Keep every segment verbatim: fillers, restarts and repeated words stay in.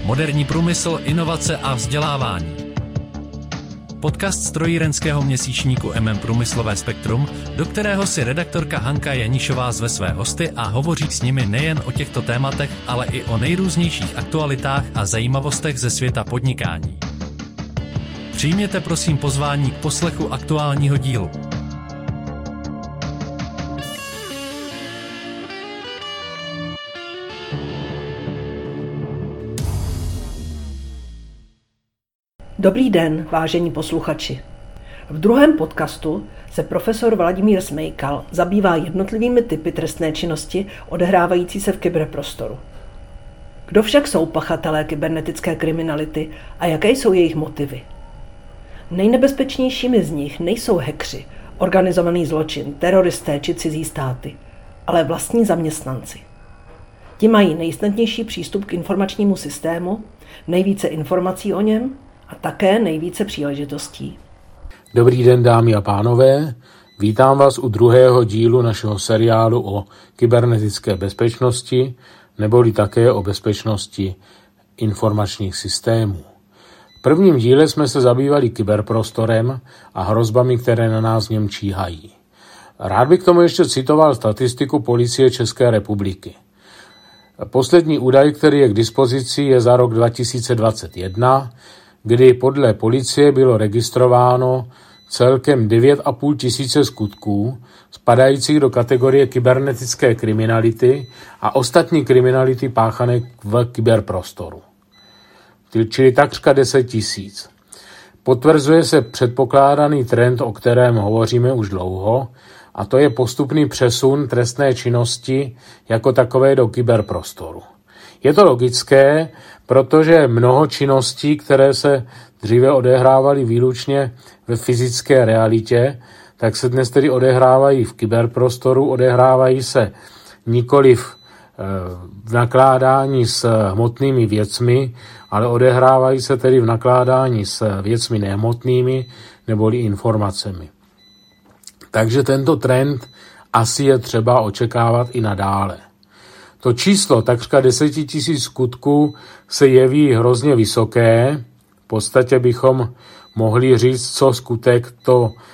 Moderní průmysl, inovace a vzdělávání. Podcast strojírenského měsíčníku M M Průmyslové spektrum, do kterého si redaktorka Hanka Janišová zve své hosty a hovoří s nimi nejen o těchto tématech, ale i o nejrůznějších aktualitách a zajímavostech ze světa podnikání. Přijměte prosím pozvání k poslechu aktuálního dílu. Dobrý den, vážení posluchači. V druhém podcastu se profesor Vladimír Smejkal zabývá jednotlivými typy trestné činnosti odehrávající se v kyberprostoru. Kdo však jsou pachatelé kybernetické kriminality a jaké jsou jejich motivy? Nejnebezpečnějšími z nich nejsou hackři, organizovaný zločin, teroristé či cizí státy, ale vlastní zaměstnanci. Ti mají nejsnadnější přístup k informačnímu systému, nejvíce informací o něm a také nejvíce příležitostí. Dobrý den, dámy a pánové. Vítám vás u druhého dílu našeho seriálu o kybernetické bezpečnosti, neboli také o bezpečnosti informačních systémů. V prvním díle jsme se zabývali kyberprostorem a hrozbami, které na nás v něm číhají. Rád bych k tomu ještě citoval statistiku Policie České republiky. Poslední údaj, který je k dispozici, je za rok dva tisíce dvacet jedna, kdy podle policie bylo registrováno celkem devět a půl tisíce skutků spadajících do kategorie kybernetické kriminality a ostatní kriminality páchané v kyberprostoru. Čili takřka deset tisíc. Potvrzuje se předpokládaný trend, o kterém hovoříme už dlouho, a to je postupný přesun trestné činnosti jako takové do kyberprostoru. Je to logické, protože mnoho činností, které se dříve odehrávaly výlučně ve fyzické realitě, tak se dnes tedy odehrávají v kyberprostoru, odehrávají se nikoliv v nakládání s hmotnými věcmi, ale odehrávají se tedy v nakládání s věcmi nehmotnými neboli informacemi. Takže tento trend asi je třeba očekávat i nadále. To číslo takřka deset tisíc skutků se jeví hrozně vysoké. V podstatě bychom mohli říct, co skutek to e,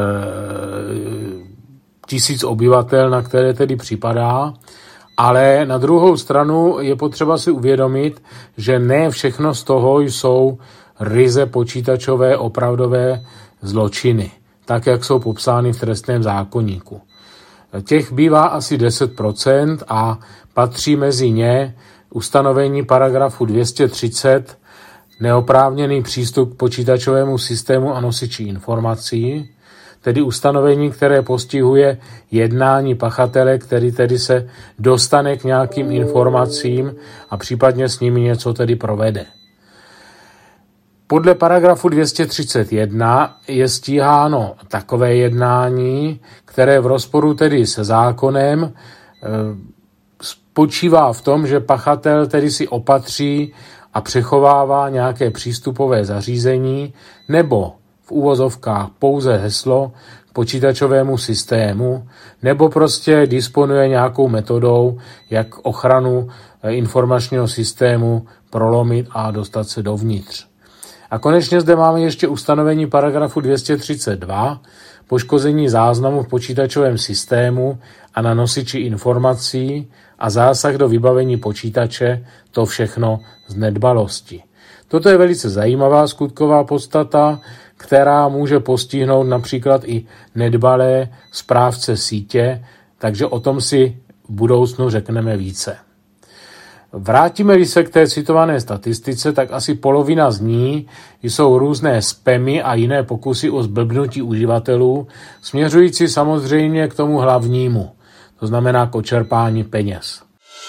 tisíc obyvatel, na které tedy připadá. Ale na druhou stranu je potřeba si uvědomit, že ne všechno z toho jsou ryze počítačové opravdové zločiny, tak jak jsou popsány v trestném zákoníku. Těch bývá asi deset procent a patří mezi ně ustanovení paragrafu dvě stě třicet, neoprávněný přístup k počítačovému systému a nosiči informací, tedy ustanovení, které postihuje jednání pachatele, který tedy se dostane k nějakým informacím a případně s nimi něco tedy provede. Podle paragrafu dvě stě třicet jedna je stíháno takové jednání, které v rozporu tedy se zákonem e, spočívá v tom, že pachatel tedy si opatří a přechovává nějaké přístupové zařízení nebo v uvozovkách pouze heslo k počítačovému systému, nebo prostě disponuje nějakou metodou, jak ochranu informačního systému prolomit a dostat se dovnitř. A konečně zde máme ještě ustanovení paragrafu dvě stě třicet dva, poškození záznamu v počítačovém systému a na nosiči informací a zásah do vybavení počítače, to všechno z nedbalosti. Toto je velice zajímavá skutková podstata, která může postihnout například i nedbalé správce sítě, takže o tom si v budoucnu řekneme více. Vrátíme-li se k té citované statistice, tak asi polovina z ní jsou různé spamy a jiné pokusy o zblbnutí uživatelů, směřující samozřejmě k tomu hlavnímu, to znamená k očerpání peněz.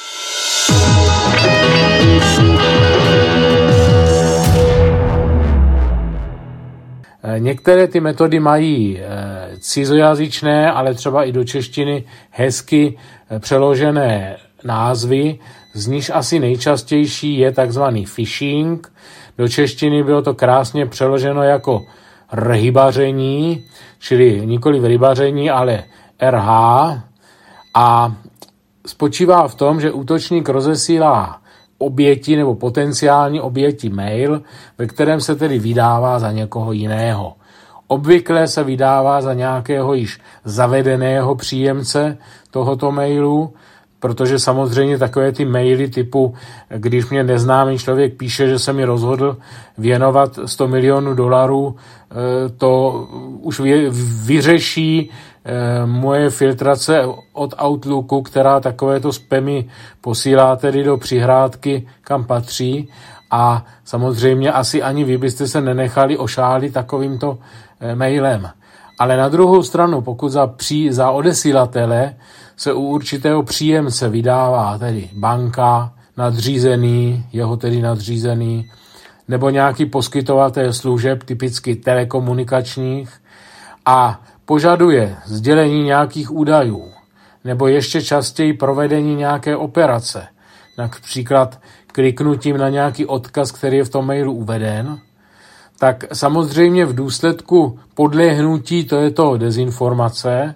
Některé ty metody mají cizojazyčné, ale třeba i do češtiny hezky přeložené názvy, z níž asi nejčastější je takzvaný phishing. Do češtiny bylo to krásně přeloženo jako rhybaření, čili nikoli rybaření, ale R H. A spočívá v tom, že útočník rozesílá oběti nebo potenciální oběti mail, ve kterém se tedy vydává za někoho jiného. Obvykle se vydává za nějakého již zavedeného příjemce tohoto mailu, protože samozřejmě takové ty maily typu, když mě neznámý člověk píše, že se mi rozhodl věnovat sto milionů dolarů, to už vyřeší moje filtrace od Outlooku, která takovéto spamy posílá tedy do přihrádky, kam patří. A samozřejmě asi ani vy byste se nenechali ošálit takovýmto mailem. Ale na druhou stranu, pokud za, pří, za odesílatele se u určitého příjemce vydává tedy banka, nadřízený, jeho tedy nadřízený, nebo nějaký poskytovatel služeb, typicky telekomunikačních, a požaduje sdělení nějakých údajů, nebo ještě častěji provedení nějaké operace, například kliknutím na nějaký odkaz, který je v tom mailu uveden, tak samozřejmě v důsledku podlehnutí, to je to dezinformace,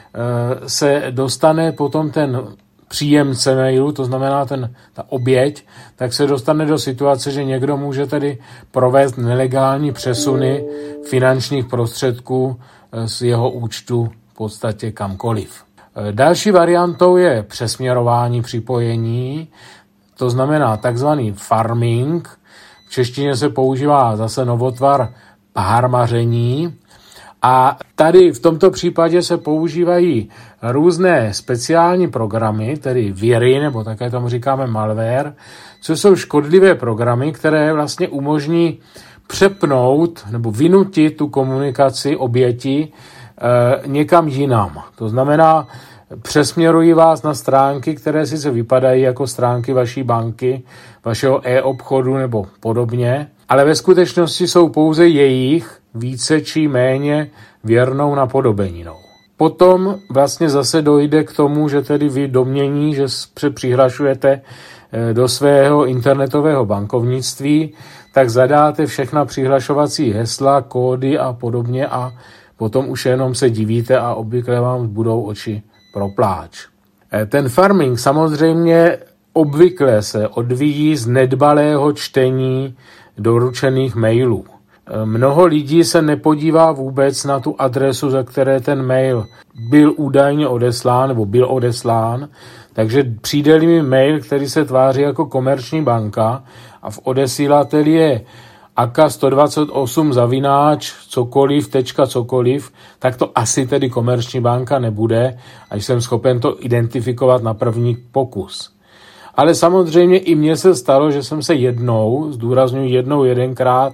se dostane potom ten příjemce mailu, to znamená ten, ta oběť, tak se dostane do situace, že někdo může tedy provést nelegální přesuny finančních prostředků z jeho účtu v podstatě kamkoliv. Další variantou je přesměrování připojení, to znamená takzvaný farming. V češtině se používá zase novotvar pármaření. A tady v tomto případě se používají různé speciální programy, tedy viry, nebo také tomu říkáme malware, což jsou škodlivé programy, které vlastně umožní přepnout nebo vynutit tu komunikaci oběti e, někam jinam. To znamená, přesměrují vás na stránky, které sice vypadají jako stránky vaší banky, vašeho e-obchodu nebo podobně, ale ve skutečnosti jsou pouze jejich více či méně věrnou napodobeninou. Potom vlastně zase dojde k tomu, že tedy vy domění, že se přihlašujete do svého internetového bankovnictví, tak zadáte všechna přihlašovací hesla, kódy a podobně a potom už jenom se divíte a obvykle vám budou oči pro pláč. Ten farming samozřejmě obvykle se odvíjí z nedbalého čtení doručených mailů. Mnoho lidí se nepodívá vůbec na tu adresu, za které ten mail byl údajně odeslán nebo byl odeslán, takže přijde-li mi mail, který se tváří jako komerční banka a v odesílateli je á ká sto dvacet osm zavináč cokoliv, tečka cokoliv, tak to asi tedy komerční banka nebude, až jsem schopen to identifikovat na první pokus. Ale samozřejmě i mně se stalo, že jsem se jednou, zdůrazňuji jednou jedenkrát,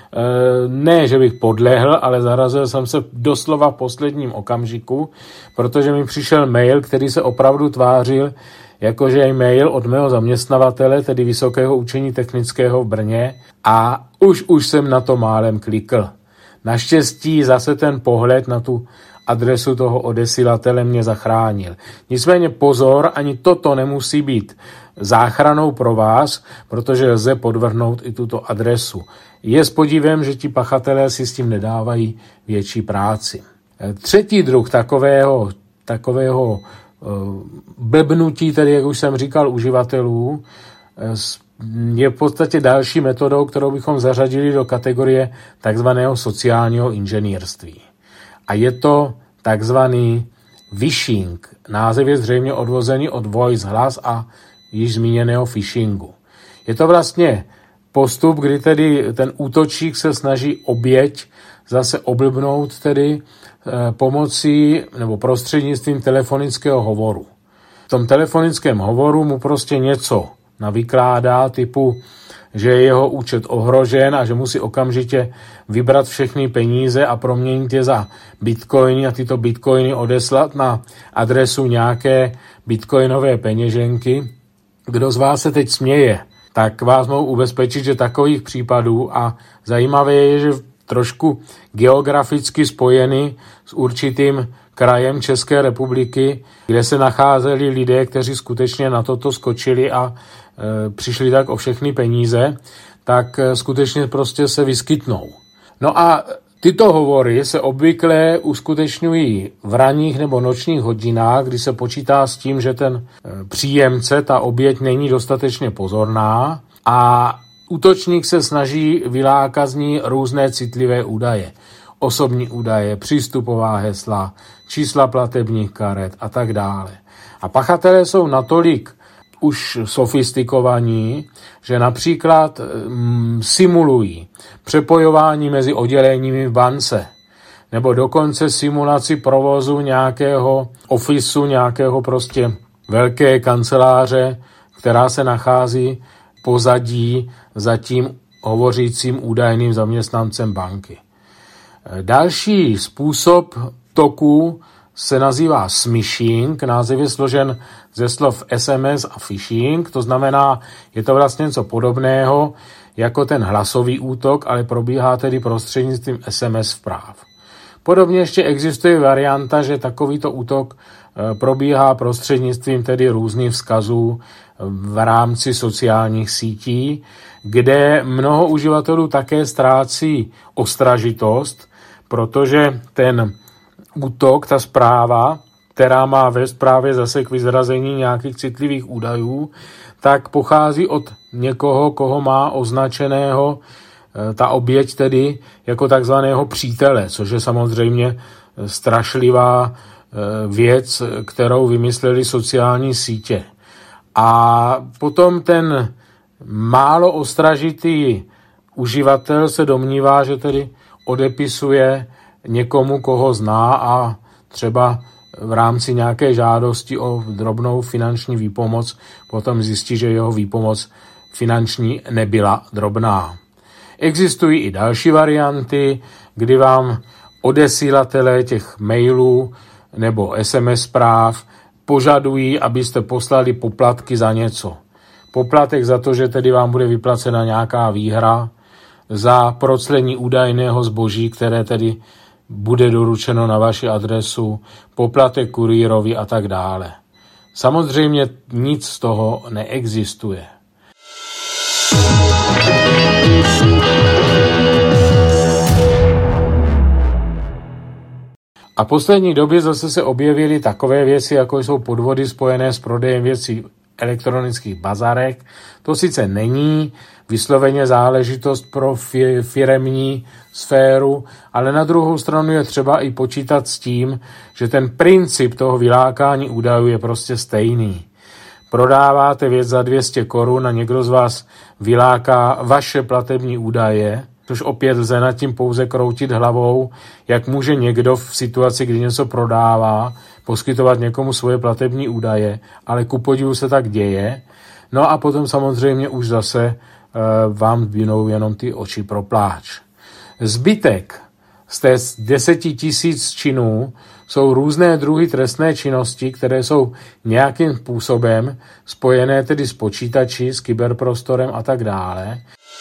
ne, že bych podlehl, ale zarazil jsem se doslova v posledním okamžiku, protože mi přišel mail, který se opravdu tvářil, jakože je mail od mého zaměstnavatele, tedy Vysokého učení technického v Brně, a už už jsem na to málem klikl. Naštěstí zase ten pohled na tu adresu toho odesílatele mě zachránil. Nicméně pozor, ani toto nemusí být záchranou pro vás, protože lze podvrhnout i tuto adresu. Je s podívem, že ti pachatelé si s tím nedávají větší práci. Třetí druh takového, takového blbnutí, tedy jak už jsem říkal, uživatelů, je v podstatě další metodou, kterou bychom zařadili do kategorie takzvaného sociálního inženýrství. A je to takzvaný phishing. Název je zřejmě odvozený od voice, hlas a již zmíněného phishingu. Je to vlastně postup, kdy tedy ten útočík se snaží oběť zase oblbnout tedy pomocí nebo prostřednictvím telefonického hovoru. V tom telefonickém hovoru mu prostě něco navykládá typu, že je jeho účet ohrožen a že musí okamžitě vybrat všechny peníze a proměnit je za bitcoiny a tyto bitcoiny odeslat na adresu nějaké bitcoinové peněženky. Kdo z vás se teď směje, tak vás mohu ubezpečit, že takových případů, a zajímavé je, že trošku geograficky spojený s určitým krajem České republiky, kde se nacházeli lidé, kteří skutečně na toto skočili a e, přišli tak o všechny peníze, tak e, skutečně prostě se vyskytnou. No a Tyto hovory se obvykle uskutečňují v ranních nebo nočních hodinách, kdy se počítá s tím, že ten příjemce, ta oběť není dostatečně pozorná a útočník se snaží vylákat z ní různé citlivé údaje. Osobní údaje, přístupová hesla, čísla platebních karet a tak dále. A pachatelé jsou natolik už sofistikovaní, že například mm, simulují přepojování mezi odděleními v bance, nebo dokonce simulaci provozu nějakého ofisu, nějakého prostě velké kanceláře, která se nachází pozadí za tím hovořícím údajným zaměstnancem banky. Další způsob toku se nazývá smishing, název je složen ze slov S M S a phishing, to znamená, je to vlastně něco podobného jako ten hlasový útok, ale probíhá tedy prostřednictvím S M S zpráv. Podobně ještě existuje varianta, že takovýto útok probíhá prostřednictvím tedy různých vzkazů v rámci sociálních sítí, kde mnoho uživatelů také ztrácí ostražitost, protože ten útok, ta zpráva, která má vést právě zase k vyzrazení nějakých citlivých údajů, tak pochází od někoho, koho má označeného ta oběť tedy jako takzvaného přítele, což je samozřejmě strašlivá věc, kterou vymysleli sociální sítě. A potom ten málo ostražitý uživatel se domnívá, že tedy odepisuje někomu, koho zná a třeba v rámci nějaké žádosti o drobnou finanční výpomoc potom zjistí, že jeho výpomoc finanční nebyla drobná. Existují i další varianty, kdy vám odesílatelé těch mailů nebo S M S zpráv požadují, abyste poslali poplatky za něco. Poplatek za to, že tedy vám bude vyplacena nějaká výhra, za proclení údajného zboží, které tedy bude doručeno na vaši adresu, poplatek kurýrovi a tak dále. Samozřejmě nic z toho neexistuje. A v poslední době zase se objevily takové věci, jako jsou podvody spojené s prodejem věcí elektronických bazarek. To sice není vysloveně záležitost pro firemní sféru, ale na druhou stranu je třeba i počítat s tím, že ten princip toho vylákání údajů je prostě stejný. Prodáváte věc za dvě stě korun a někdo z vás vyláká vaše platební údaje, což opět lze nad tím pouze kroutit hlavou, jak může někdo v situaci, kdy něco prodává, poskytovat někomu svoje platební údaje, ale ku podivu se tak děje. No a potom samozřejmě už zase e, vám vinou jenom ty oči pro pláč. Zbytek z té deseti tisíc činů jsou různé druhy trestné činnosti, které jsou nějakým způsobem spojené tedy s počítači, s kyberprostorem a tak dále.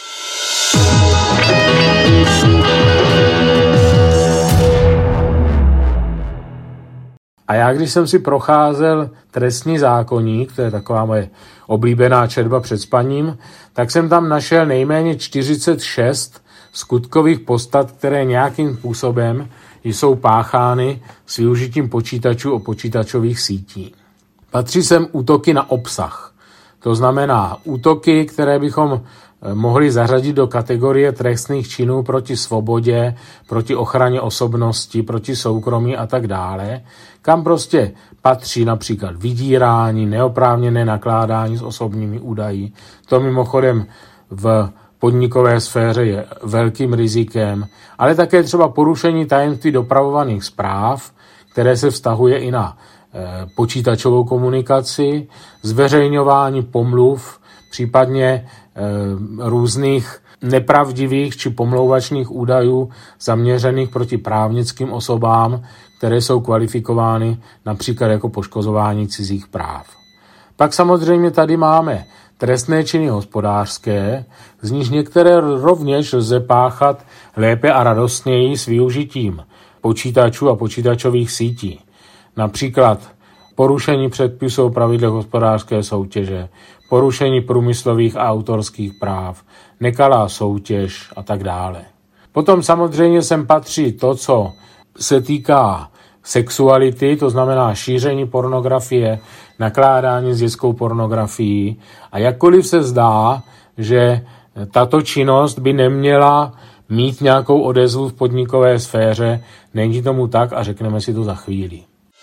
A já, když jsem si procházel trestní zákoník, to je taková moje oblíbená četba před spaním, tak jsem tam našel nejméně čtyřicet šest skutkových podstat, které nějakým způsobem jsou páchány s využitím počítačů a počítačových sítí. Patří sem útoky na obsah. To znamená útoky, které bychom mohli zařadit do kategorie trestných činů proti svobodě, proti ochraně osobnosti, proti soukromí a tak dále, kam prostě patří například vydírání, neoprávněné nakládání s osobními údaji. To mimochodem v podnikové sféře je velkým rizikem, ale také třeba porušení tajemství dopravovaných zpráv, které se vztahuje i na e, počítačovou komunikaci, zveřejňování pomluv, případně e, různých nepravdivých či pomlouvačných údajů zaměřených proti právnickým osobám, které jsou kvalifikovány například jako poškozování cizích práv. Pak samozřejmě tady máme trestné činy hospodářské, z nich některé rovněž lze páchat lépe a radostněji s využitím počítačů a počítačových sítí. Například porušení předpisů o pravidlech hospodářské soutěže, porušení průmyslových a autorských práv, nekalá soutěž a tak dále. Potom samozřejmě sem patří to, co se týká sexuality, to znamená šíření pornografie, nakládání s dětskou pornografií. A jakkoliv se zdá, že tato činnost by neměla mít nějakou odezvu v podnikové sféře, není tomu tak a řekneme si to za chvíli.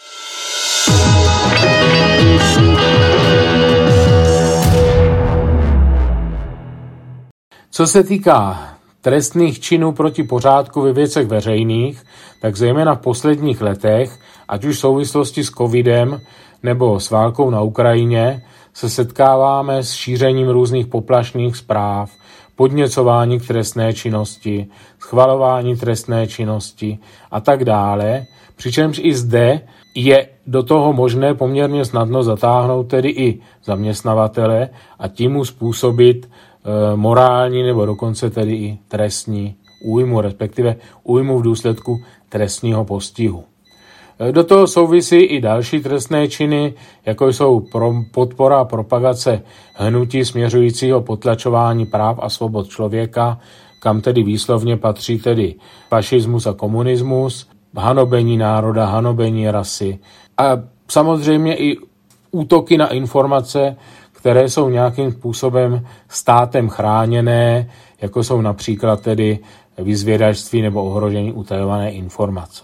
Co se týká trestných činů proti pořádku ve věcech veřejných, tak zejména v posledních letech, ať už v souvislosti s covidem nebo s válkou na Ukrajině, se setkáváme s šířením různých poplašných zpráv, podněcování k trestné činnosti, schvalování trestné činnosti a tak dále, přičemž i zde je do toho možné poměrně snadno zatáhnout tedy i zaměstnavatele a tím mu způsobit e, morální nebo dokonce tedy i trestní újmu, respektive újmu v důsledku trestního postihu. E, do toho souvisí i další trestné činy, jako jsou pro, podpora a propagace hnutí směřujícího potlačování práv a svobod člověka, kam tedy výslovně patří tedy fašismus a komunismus, hanobení národa, hanobení rasy a samozřejmě i útoky na informace, které jsou nějakým způsobem státem chráněné, jako jsou například tedy vyzvědačství nebo ohrožení utajované informace.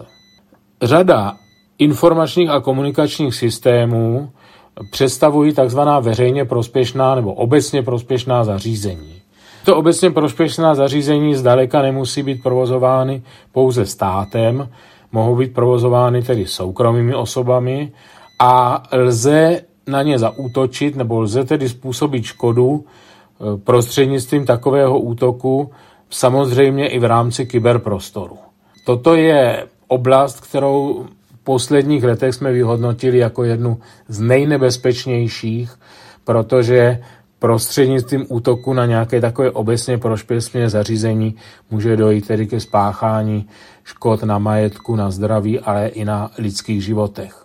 Řada informačních a komunikačních systémů představují takzvaná veřejně prospěšná nebo obecně prospěšná zařízení. To obecně prospěšná zařízení zdaleka nemusí být provozovány pouze státem, mohou být provozovány tedy soukromými osobami a lze na ně zaútočit nebo lze tedy způsobit škodu prostřednictvím takového útoku samozřejmě i v rámci kyberprostoru. Toto je oblast, kterou v posledních letech jsme vyhodnotili jako jednu z nejnebezpečnějších, protože prostřednictvím útoku na nějaké takové obecně prospěšné zařízení může dojít tedy ke spáchání škod na majetku, na zdraví, ale i na lidských životech.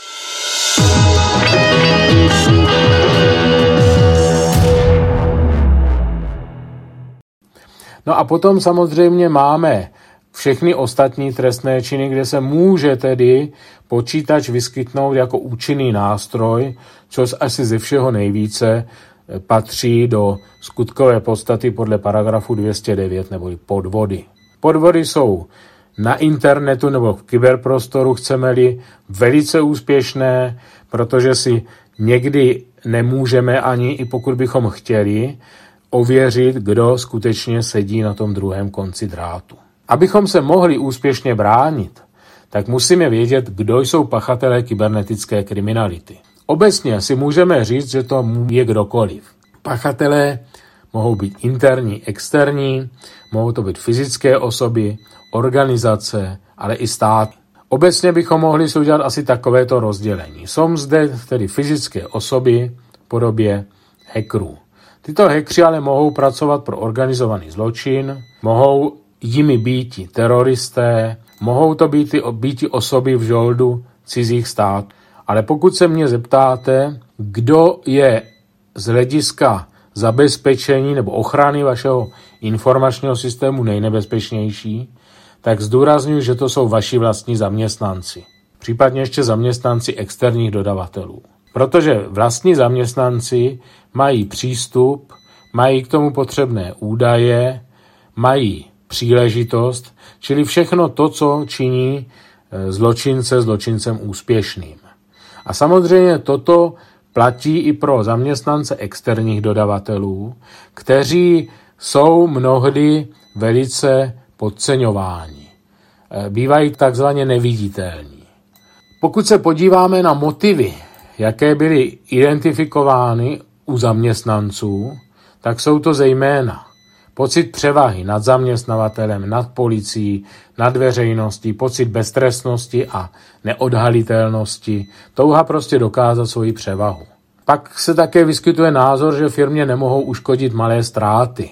No a potom samozřejmě máme všechny ostatní trestné činy, kde se může tedy počítač vyskytnout jako účinný nástroj, což asi ze všeho nejvíce patří do skutkové podstaty podle paragrafu dvě stě devět neboli podvody. Podvody jsou na internetu nebo v kyberprostoru, chceme-li, velice úspěšné, protože si někdy nemůžeme ani, i pokud bychom chtěli, ověřit, kdo skutečně sedí na tom druhém konci drátu. Abychom se mohli úspěšně bránit, tak musíme vědět, kdo jsou pachatelé kybernetické kriminality. Obecně si můžeme říct, že to je kdokoliv. Pachatelé mohou být interní, externí, mohou to být fyzické osoby, organizace, ale i stát. Obecně bychom mohli si udělat asi takovéto rozdělení. Jsou zde tedy fyzické osoby v podobě hackerů. Tyto hackři ale mohou pracovat pro organizovaný zločin, mohou jimi býti teroristé, mohou to být býti osoby v žoldu cizích států. Ale pokud se mě zeptáte, kdo je z hlediska zabezpečení nebo ochrany vašeho informačního systému nejnebezpečnější, tak zdůrazňuji, že to jsou vaši vlastní zaměstnanci. Případně ještě zaměstnanci externích dodavatelů. Protože vlastní zaměstnanci mají přístup, mají k tomu potřebné údaje, mají příležitost, čili všechno to, co činí zločince zločincem úspěšným. A samozřejmě toto platí i pro zaměstnance externích dodavatelů, kteří jsou mnohdy velice podceňováni. Bývají takzvaně neviditelní. Pokud se podíváme na motivy, jaké byly identifikovány u zaměstnanců, tak jsou to zejména pocit převahy nad zaměstnavatelem, nad policií, nad veřejností, pocit beztrestnosti a neodhalitelnosti, touha prostě dokázat svoji převahu. Pak se také vyskytuje názor, že firmě nemohou uškodit malé ztráty.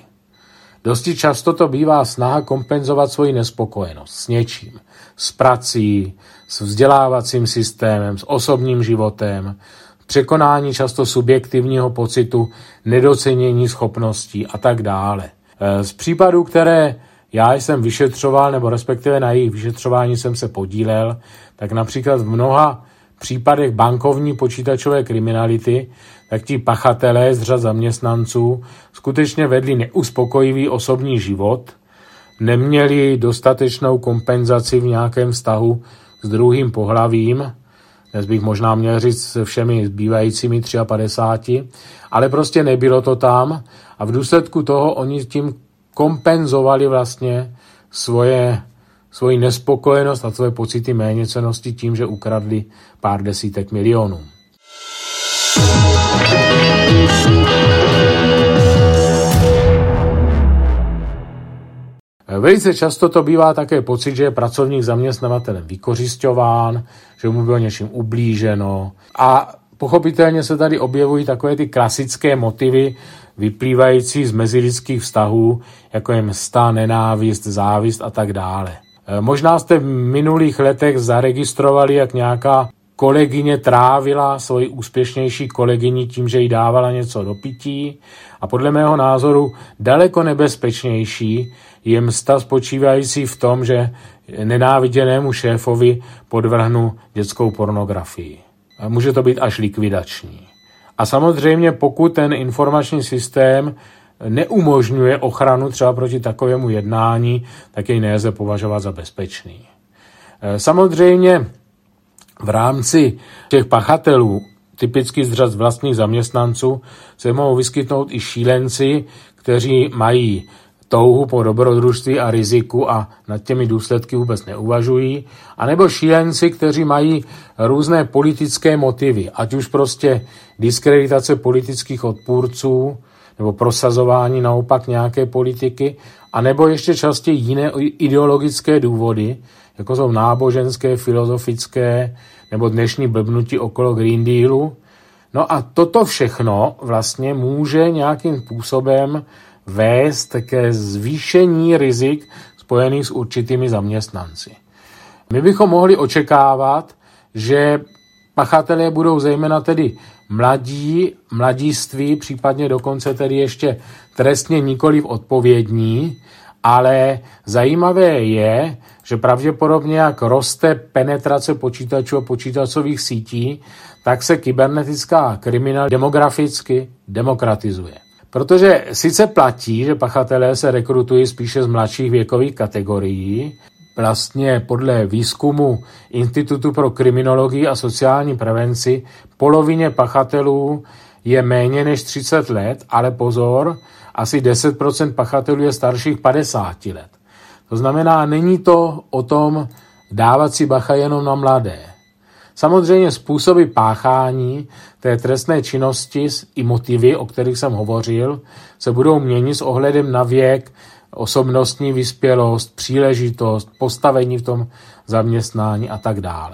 Dosti často to bývá snaha kompenzovat svoji nespokojenost s něčím, s prací, s vzdělávacím systémem, s osobním životem, překonání často subjektivního pocitu nedocenění schopností a tak dále. Z případů, které já jsem vyšetřoval, nebo respektive na jejich vyšetřování jsem se podílel, tak například v mnoha případech bankovní počítačové kriminality, tak ti pachatelé z řad zaměstnanců skutečně vedli neuspokojivý osobní život, neměli dostatečnou kompenzaci v nějakém vztahu s druhým pohlavím, dnes bych možná měl říct se všemi zbývajícími padesát, ale prostě nebylo to tam a v důsledku toho oni tím kompenzovali vlastně svoje, svoji nespokojenost a svoje pocity méněcennosti tím, že ukradli pár desítek milionů. Velice často to bývá také pocit, že je pracovník zaměstnavatelem vykořisťován, že mu bylo něčím ublíženo a pochopitelně se tady objevují takové ty klasické motivy vyplývající z mezilidských vztahů, jako je msta, nenávist, závist a tak dále. Možná jste v minulých letech zaregistrovali, jak nějaká kolegyně trávila svoji úspěšnější kolegyni tím, že jí dávala něco do pití a podle mého názoru daleko nebezpečnější je msta spočívající v tom, že nenáviděnému šéfovi podvrhnu dětskou pornografii. Může to být až likvidační. A samozřejmě pokud ten informační systém neumožňuje ochranu třeba proti takovému jednání, tak jej nelze považovat za bezpečný. Samozřejmě v rámci těch pachatelů, typicky z řad vlastních zaměstnanců, se mohou vyskytnout i šílenci, kteří mají touhu po dobrodružství a riziku a nad těmi důsledky vůbec neuvažují, anebo šílenci, kteří mají různé politické motivy, ať už prostě diskreditace politických odpůrců, nebo prosazování naopak nějaké politiky, anebo ještě častěji jiné ideologické důvody, jako jsou náboženské, filozofické, nebo dnešní blbnutí okolo Green Dealu. No a toto všechno vlastně může nějakým způsobem vést ke zvýšení rizik spojených s určitými zaměstnanci. My bychom mohli očekávat, že pachatelé budou zejména tedy mladí, mladiství, případně dokonce tedy ještě trestně nikoliv odpovědní, ale zajímavé je, že pravděpodobně jak roste penetrace počítačů a počítačových sítí, tak se kybernetická kriminalita demograficky demokratizuje. Protože sice platí, že pachatelé se rekrutují spíše z mladších věkových kategorií, vlastně podle výzkumu Institutu pro kriminologii a sociální prevenci polovině pachatelů je méně než třicet let, ale pozor, asi deset procent pachatelů je starších padesát let. To znamená, není to o tom dávat si bacha jenom na mladé. Samozřejmě způsoby páchání té trestné činnosti i motivy, o kterých jsem hovořil, se budou měnit s ohledem na věk, osobnostní vyspělost, příležitost, postavení v tom zaměstnání a tak dále.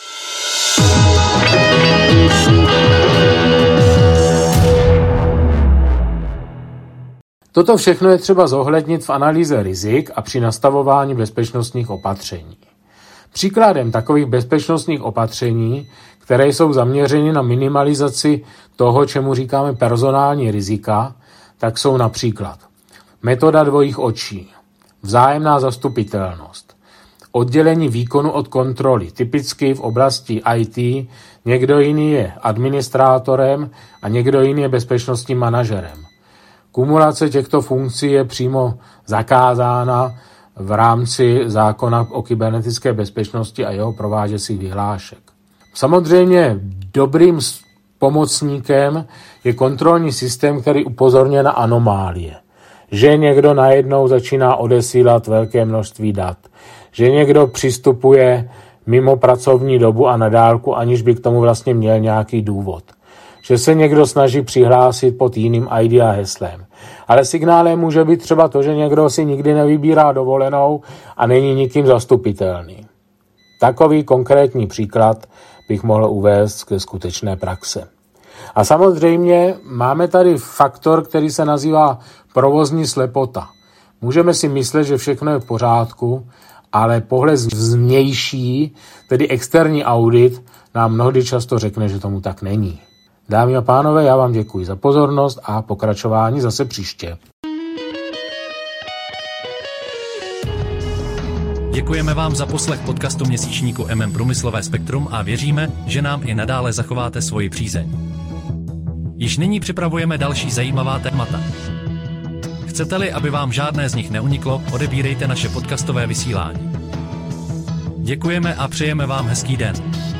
Toto všechno je třeba zohlednit v analýze rizik a při nastavování bezpečnostních opatření. Příkladem takových bezpečnostních opatření, které jsou zaměřeny na minimalizaci toho, čemu říkáme personální rizika, tak jsou například metoda dvojích očí, vzájemná zastupitelnost, oddělení výkonu od kontroly, typicky v oblasti í té, někdo jiný je administrátorem a někdo jiný je bezpečnostním manažerem. Kumulace těchto funkcí je přímo zakázána v rámci zákona o kybernetické bezpečnosti a jeho prováděcích vyhlášek. Samozřejmě dobrým pomocníkem je kontrolní systém, který upozorňuje na anomálie. Že někdo najednou začíná odesílat velké množství dat. Že někdo přistupuje mimo pracovní dobu a na dálku, aniž by k tomu vlastně měl nějaký důvod. Že se někdo snaží přihlásit pod jiným í dé a heslem. Ale signálem může být třeba to, že někdo si nikdy nevybírá dovolenou a není nikým zastupitelný. Takový konkrétní příklad bych mohl uvést ke skutečné praxe. A samozřejmě máme tady faktor, který se nazývá provozní slepota. Můžeme si myslet, že všechno je v pořádku, ale pohled zvnější, tedy externí audit, nám mnohdy často řekne, že tomu tak není. Dámy a pánové, já vám děkuji za pozornost a pokračování zase příště. Děkujeme vám za poslech podcastu měsíčníku M M Průmyslové spektrum a věříme, že nám i nadále zachováte svoji přízeň. Již nyní připravujeme další zajímavá témata. Chcete-li, aby vám žádné z nich neuniklo, odebírejte naše podcastové vysílání. Děkujeme a přejeme vám hezký den.